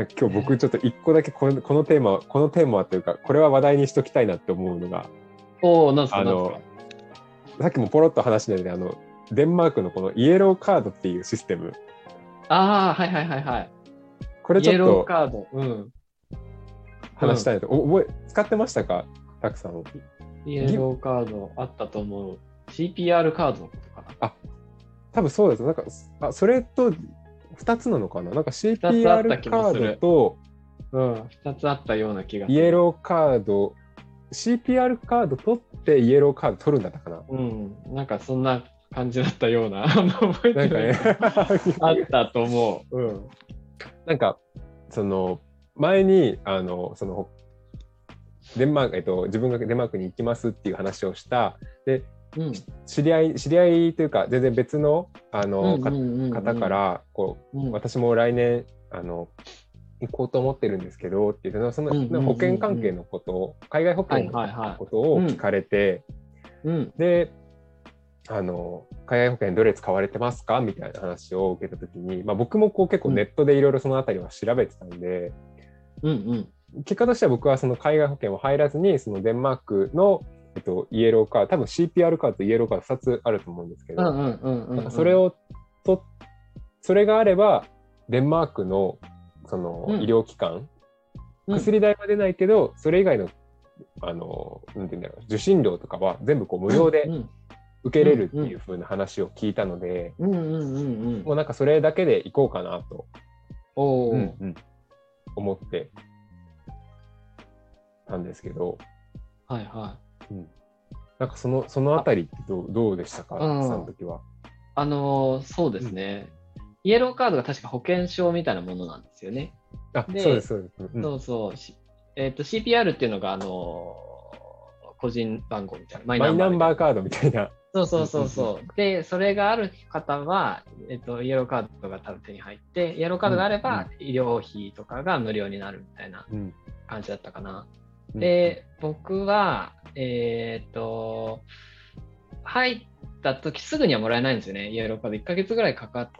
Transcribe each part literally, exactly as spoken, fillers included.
なんか今日僕ちょっと一個だけこの、このテーマこのテーマはというかこれは話題にしときたいなって思うのが、 おお、なんすかあなんすか。 のさっきもポロッと話したようにあのデンマークのこのイエローカードっていうシステム、 ああ、はいはいはいはい。 これちょっイエローとカード。うん。 話したいなと、お覚え使ってましたか、たくさん。 イエローカードあったと思う。シーピーアール カードのことかな。 あ、多分そうです。なんかあそれとふたつなのかな、なんか シーピ二つーアールあった気カードもする。 とうん、二つあったような気がする。 イエローカード、シーピーアール カード取ってイエローカード取るんだったかな。 うん、なんかそんな感じだったような、あんま覚えてない。 なんかねあったと思う。うん。 なんかその前にあのそのデンマーク、えっと、自分がデンマークに行きますっていう話をしたで、うん、知り合い知り合いというか全然別のあの、うんうんうんうん、方からこう、うん、私も来年あの行こうと思ってるんですけどっていうその、うんうんうん、保険関係のことを海外保険のことを聞かれて、はいはいはい、うん、であの海外保険どれ使われてますかみたいな話を受けたときに、まあ、僕もこう結構ネットでいろいろそのあたりは調べてたんで、うんうん、結果としては僕はその海外保険を入らずにそのデンマークの、えっと、イエローカード、多分 シーピーアール カードとイエローカードふたつあると思うんですけど、それをとそれがあればデンマークのその医療機関、うん、薬代は出ないけどそれ以外のあのなんていうんだろう受診料とかは全部こう無料で受けれるっていう風な話を聞いたので、もうなんかそれだけで行こうかなと、お、うんうん、思ってたんですけど、 はいはい、 うん、なんかそのそのあたりってどう、どうでしたか、その時は。 あのそうですね、うん、イエローカードが確か保険証みたいなものなんですよね。 あ、でそうですそうです、 うん、そうそう、えーと、シーピーアール っていうのがあの個人番号みたいなマイナンバー、マイナンバーカードみたいな。 そうそうそうそう。で、それがある方は、えっと、イエローカードが多分手に入って、イエローカードがあれば、医療費とかが無料になるみたいな感じだったかな。うん、で、僕は、えー、っと、入った時すぐにはもらえないんですよね、イエローカード。いっかげつぐらいかかって、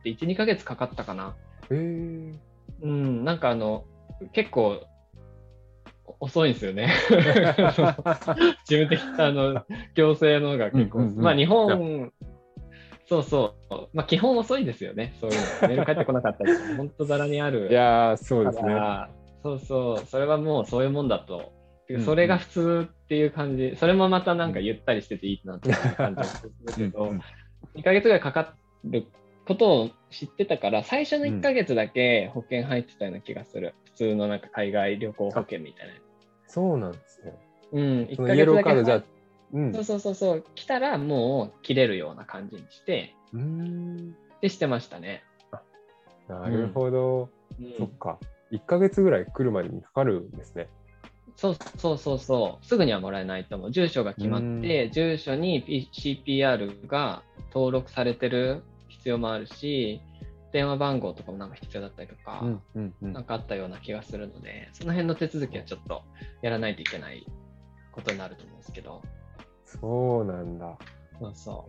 いち、にかげつかかったかな。 へー。 うん、なんかあの、結構、遅いんですよね自分的あの行政のが結構、うんうんうん、まあ日本そうそうまあ基本遅いですよね、そういうのメール返ってこなかったり本当ざらにある。 いやそうですね。 そうそうそれはもうそういうもんだと、うんうん、それが普通っていう感じ、それもまたなんかゆったりしてていいなっていう感じがするけど、うんうん、にかげつぐらいかかることを知ってたから最初のいっかげつだけ保険入ってたような気がする、うん、普通のなんか海外旅行保険みたいな。 そうなんですね。 うん、いっかげつだけ、うん、そうそうそうそう、来たらもう切れるような感じにして、うーんでしてましたね。 あ、なるほど、うん、そっか、いっかげつぐらい来るまでにかかるんですね。 そうそうそうそう、すぐにはもらえないと思う。住所が決まって、住所に シーピーアール が登録されてる必要もあるし、電話番号とかもなんか必要だったりとか、うんうんうん、なんかあったような気がするので、その辺の手続きはちょっとやらないといけないことになると思うんですけど。 そうなんだ。 そうそう。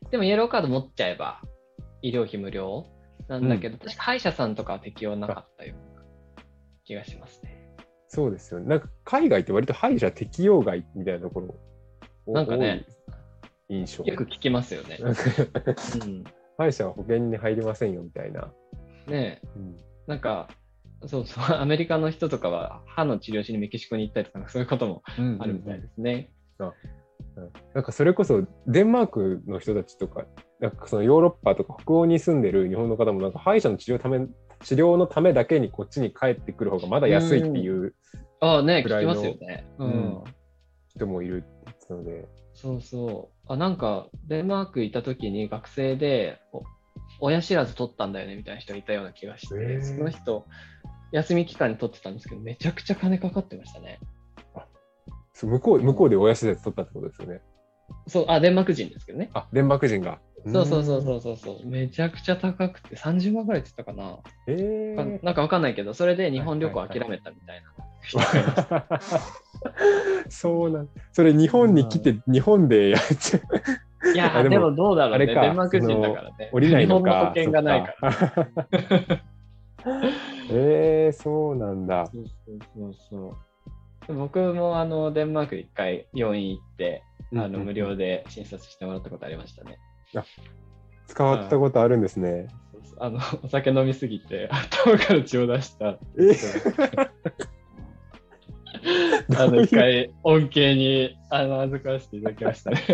でもイエローカード持っちゃえば医療費無料なんだけど、うん、確か歯医者さんとかは適用なかったような気がしますね。 そうですよね。なんか海外って割と歯医者適用外みたいなところなんかね、 印象よく聞きますよね。うん、 歯医者は保険に入りませんよみたいな。 ねえ、うん、なんかそうそう、アメリカの人とかは歯の治療しにメキシコに行ったりとか、そういうこともあるみたいですね。 うんうんうん、あ、なんかそれこそデンマークの人たちとか、なんかそのヨーロッパとか北欧に住んでる日本の方もなんか歯医者の治療ため治療のためだけにこっちに帰ってくる方がまだ安いっていうくらいの人もいるってので、 そうそう、あ、なんかデンマークいた時に学生で親知らず取ったんだよねみたいな人がいたような気がして、その人休み期間に取ってたんですけどめちゃくちゃ金かかってましたね。 あ、そう、向こう向こうで親知らず取ったってことですよね。 そう、あ、デンマーク人ですけどね。 あ、デンマーク人が。 そうそうそうそうそうそう、めちゃくちゃ高くてさんじゅうまんぐらいって言ったかな。 えー、 なんかわかんないけど、それで日本旅行諦めたみたいな。はいはいはい、 そうなん。それ日本に来て日本でやっちゃう。 いやでも、でもどうだろうね。デンマーク人だからね。 降りないのか。 日本の保険がないから。 えー、そうなんだ。 そうそうそうそう。僕もあのデンマークで一回病院行って、あの無料で診察してもらったことありましたね。 あ、使わったことあるんですね。 あのお酒飲みすぎて頭から血を出した。 えあの一回恩恵にあの預からせていただきましたね。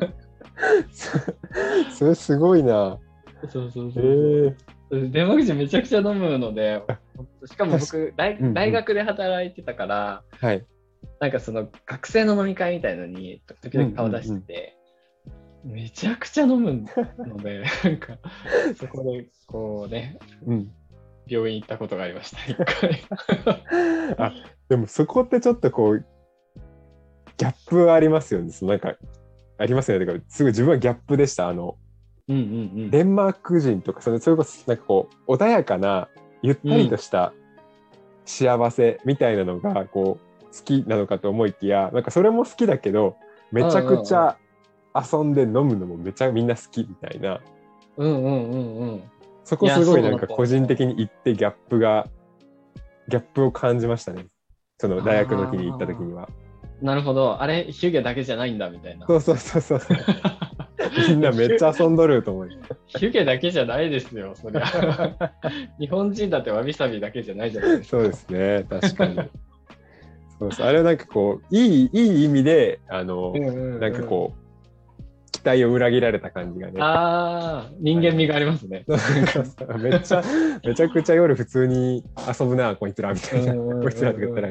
それすごいな。 そうそうそうそう。えー、デンマーク人めちゃくちゃ飲むので、しかも僕大、うんうん、大学で働いてたから、 はい、 なんかその学生の飲み会みたいのに時々顔出してて、うんうんうん、めちゃくちゃ飲むので、なんかそこでこうね、うん、病院行ったことがありました、一回。 あ、でもそこってちょっとこう、ギャップありますよね。そのなんか、ありますよね。だからすごい自分はギャップでした。あの、うんうんうん、デンマーク人とか、それそれこそなんかこう、穏やかな、ゆったりとした幸せみたいなのが、こう、好きなのかと思いきや、なんかそれも好きだけど、めちゃくちゃ遊んで飲むのもめちゃみんな好きみたいな。 うんうんうんうん。 そこすごいなんか個人的に行ってギャップが、ギャップを感じましたね。その大学の時に行った時には。 なるほど。あれ、ヒュゲだけじゃないんだみたいな。 そうそうそうそう。みんなめっちゃ遊んどると思う。 ヒュゲだけじゃないですよ、そりゃ。日本人だってわびさびだけじゃないじゃないですか。 そうですね、確かに。そうそう、あれはなんかこう、いい、いい意味で、あの、うんうんうん、なんかこう、期待を裏切られた感じがね。 ああ、人間味がありますね。 めっちゃ、めちゃくちゃ夜普通に遊ぶな、こいつらみたいな。こいつらとか言ったら。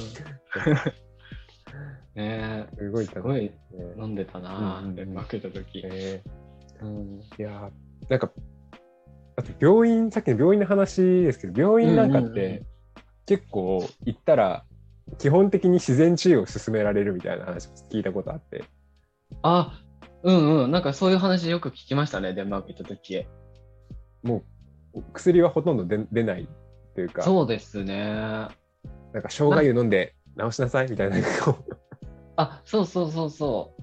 ねえ、すごい、すごい飲んでたな、デンマーク行った時。えーうん、いやなんか、あと病院、さっきの病院の話ですけど、病院なんかって、うんうんうん、結構行ったら、基本的に自然治癒を勧められるみたいな話を聞いたことあって。 あ、うんうん、なんかそういう話よく聞きましたね、デンマーク行った時。 もう薬はほとんど出、出ないというか。 そうですね。 なんか生姜湯飲んで治しなさいみたいな。 あ、そうそうそうそう。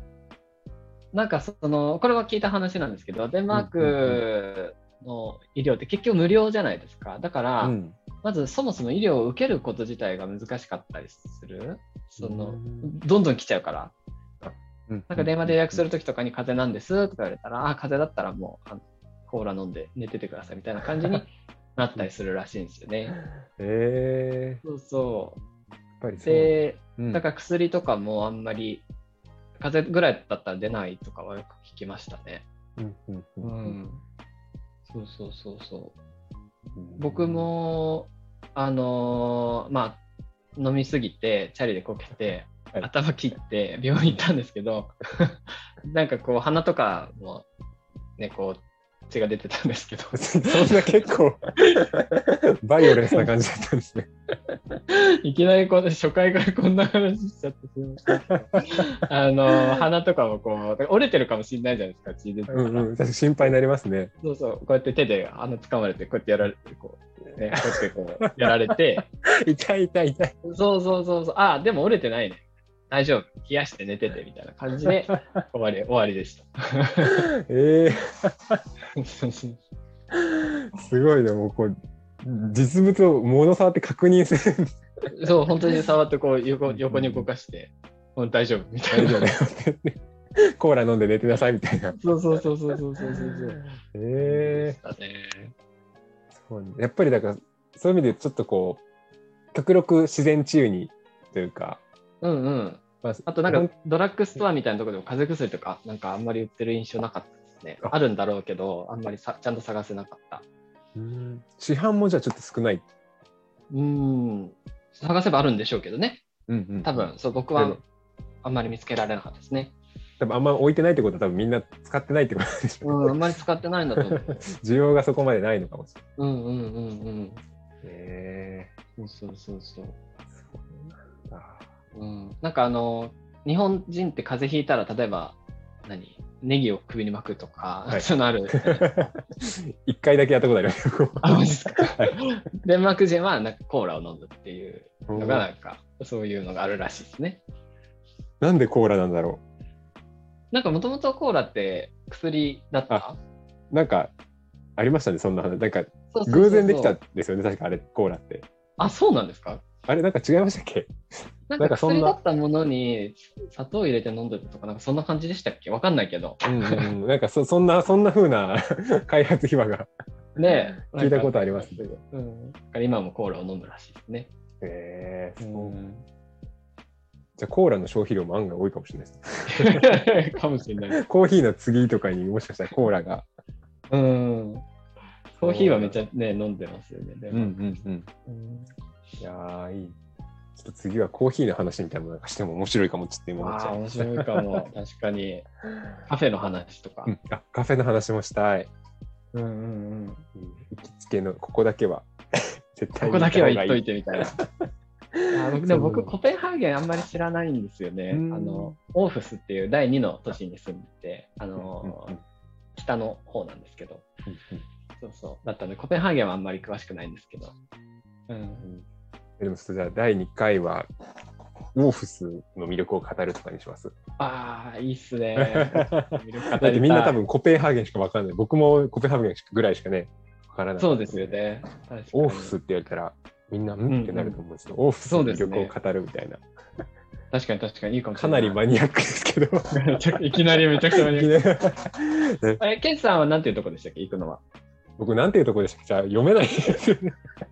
なんかその、これは聞いた話なんですけど、デンマークの医療って結局無料じゃないですか。だから、うん、まずそもそも医療を受けること自体が難しかったりする。その、どんどん来ちゃうから。なんか電話で予約するときとかに風邪なんですとか言われたら、あ、風邪だったらもうあのコーラ飲んで寝ててくださいみたいな感じになったりするらしいんですよね。 へえー。 そうそう。 やっぱりそう。 で、うん、だから薬とかもあんまり風邪ぐらいだったら出ないとかはよく聞きましたね。うんうんうんうん、そうそうそうそう。うん、僕もあのー、まあ飲みすぎてチャリでこけて。はい、頭切って病院行ったんですけどなんかこう鼻とかもねこう血が出てたんですけどそんな結構バイオレンスな感じだったんですねいきなりこう初回からこんな話しちゃってすみませんあの鼻とかもこう折れてるかもしれないじゃないですか血出てたら、うんうん、 確かに心配になりますね。 そうそうこうやって手で鼻掴まれてこうやってやられてこう、ね、こうやってこうやられて痛い痛い痛いそうそうそうそうあでも折れてないね大丈夫冷やして寝ててみたいな感じで終わり終わりでしたえー、すごいねもうこう実物を物触って確認するそう本当に触ってこう 横, 横に動かしてもう大丈夫みたいなコーラ飲んで寝てなさいみたいなそうそうそうそうそうそうそうえー、そうね、やっぱりだからそういう意味でちょっとこう極力自然治癒にというかうんうん。まあ、あとなんかドラッグストアみたいなところでも風邪薬とかなんかあんまり売ってる印象なかったですね。あ, あるんだろうけどあんまりさちゃんと探せなかった。 うん市販もじゃあちょっと少ない。 うん探せばあるんでしょうけどね。うんうん、多分そう僕はあんまり見つけられなかったですね。 多分あんま置いてないってことは多分みんな使ってないってことでしょう、 ね。うんあんまり使ってないんだと思う。 需要がそこまでないのかもしれない。 うんうんうんうん。 へえー。そうそうそうそう。うん、なんかあの日本人って風邪ひいたら例えば何ネギを首に巻くとか、はい、そういうのある一回だけやったことありますあマジですかデンマーク人はなんかコーラを飲むっていうのがなんかそういうのがあるらしいですね。 なんでコーラなんだろうなんかもともとコーラって薬だったなんかありましたね、そんな話。なんか、 そうそうそうそう偶然できたんですよね、確かあれ、コーラって。 あ、そうなんですか？ あれ、なんか違いましたっけ？ なんか薬だったものに砂糖を入れて飲んでたとか、なんかそんな感じでしたっけ？わかんないけど。 うんうん、なんかそそんな、そんな風な開発秘話がね聞いたことありますね。 うん、今もコーラを飲むらしいですね。 へえー、そう。 うん、 じゃあコーラの消費量も案外多いかもしれないです。 かもしれない。 コーヒーの次とかにもしかしたらコーラが。 うん。コーヒーはめっちゃね、飲んでますよね。でもうんうんうん。うん、いやー、いい。ちょっと次はコーヒーの話みたいなのなんかしても面白いかもちょっと今思っちゃう。 ああ、面白いかも。確かに。カフェの話とか。 うん、あ、カフェの話もしたい。 うんうんうん。 行きつけのここだけは絶対にここだけは言っといてみたいな。あでも僕コペンハーゲンあんまり知らないんですよね。あのオーフスっていうだいにの都市に住んでて、あの、うんうん、北の方なんですけど、うんうん、そうそうだったのでコペンハーゲンはあんまり詳しくないんですけど、うんうん、 でもじゃあだいにかいはオーフスの魅力を語るとかにします。 ああ、いいっすね。 だってみんな多分コペンハーゲンしか分かんない。僕もコペンハーゲンぐらいしかね分からない。 そうですよね。 オーフスって言われたらみんなうんってなると思うんですけど、うんうん、オーフスの魅力を語るみたいな。ね、 確かに確かにいいかもしれない。 かなりマニアックですけど。 いきなりめちゃくちゃマニアック。ね、え、ケンさんは何ていうとこでしたっけ、行くのは。 僕何ていうとこでしたっけ、じゃあ読めないですよね。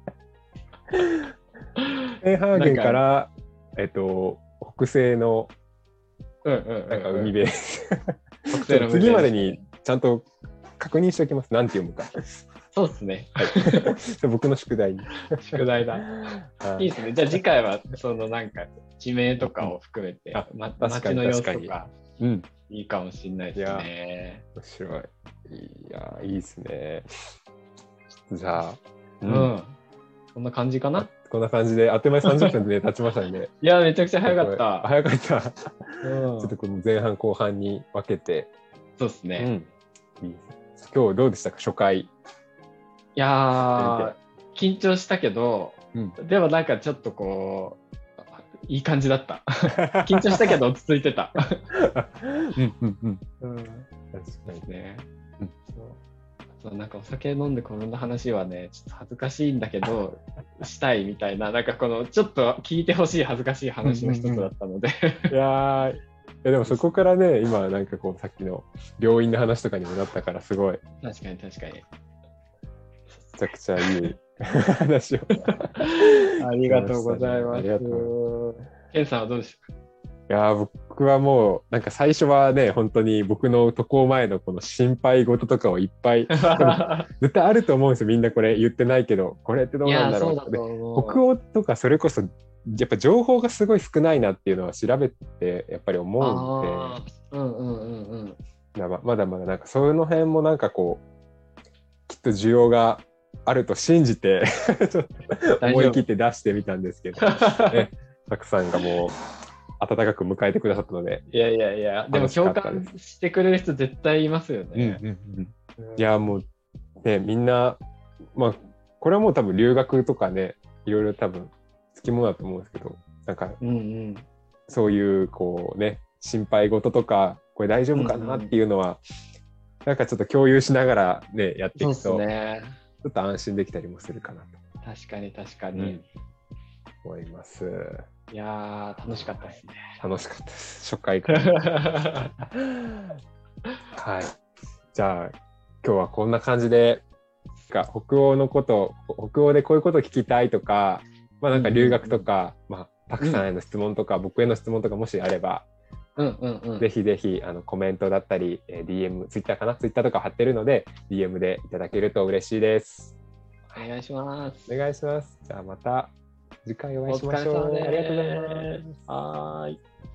コペンハーゲンからえっと北西のなんか海辺。北西の次までにちゃんと確認しておきます。何て読むか。 そうですね。 はい。僕の宿題。 宿題だ。いいですね。じゃあ次回はそのなんか地名とかを含めて、 うん、 ま、街の様子とか、うん、いいかもしれないですね。 面白い。いや、いいですね。じゃあ、 うん、うん、こんな感じかな。 こんな感じであっという間にさんじゅっぷんで、ね、経ちましたんで。 いや、めちゃくちゃ早かった。 早かった。うん、ちょっとこの前半後半に分けて。 そうですね。 うん、いい今日どうでしたか、初回。 いやー、緊張したけど、うん、でもなんかちょっとこう、いい感じだった。緊張したけど落ち着いてた。 うんうんうん。うん、確かにね。うん、そうなんかお酒飲んで転んだ話はね、ちょっと恥ずかしいんだけど、したいみたいな、なんかこのちょっと聞いてほしい恥ずかしい話の一つだったので。 いやー、いやでもそこからね、今なんかこうさっきの病院の話とかにもなったからすごい。 確かに確かに。 めちゃくちゃいい話を。 ありがとうございます。ケンさんはどうでしたか？ いや僕はもうなんか最初はね本当に僕の渡航前のこの心配事とかをいっぱい絶対あると思うんですよ。みんなこれ言ってないけどこれってどうなんだろうって。北欧とかそれこそやっぱ情報がすごい少ないなっていうのは調べてやっぱり思うんで、 うんうんうんうん、 まだまだなんかその辺もなんかこうきっと需要があると信じてちょっと思い切って出してみたんですけど、ね、たくさんがもう温かく迎えてくださったので。 いやいやいや、でも共感してくれる人絶対いますよね。 うんうんうん、いやもうねみんな、まあこれはもう多分留学とかねいろいろ多分つきものだと思うんですけど、なんか、うんうん、そういうこうね心配事とかこれ大丈夫かなっていうのは、うんうん、なんかちょっと共有しながらねやっていくと、ね、ちょっと安心できたりもするかなと。 確かに確かに、うん、 思います。 いやー楽しかったですね。 楽しかったです。初回からはい。じゃあ今日はこんな感じで北欧のこと北欧でこういうことを聞きたいとか、まあなんか留学とか、うんうんうん、まあパクさんへの質問とか、うん、僕への質問とかもしあれば、うんうんうん、ぜひぜひあのコメントだったり ディーエム ツイッターかなツイッターとか貼ってるので ディーエム でいただけると嬉しいです。 お願いします。 お願いします。じゃあまた次回お会いしましょう。 お疲れ様です。 ありがとうございます。 はーい。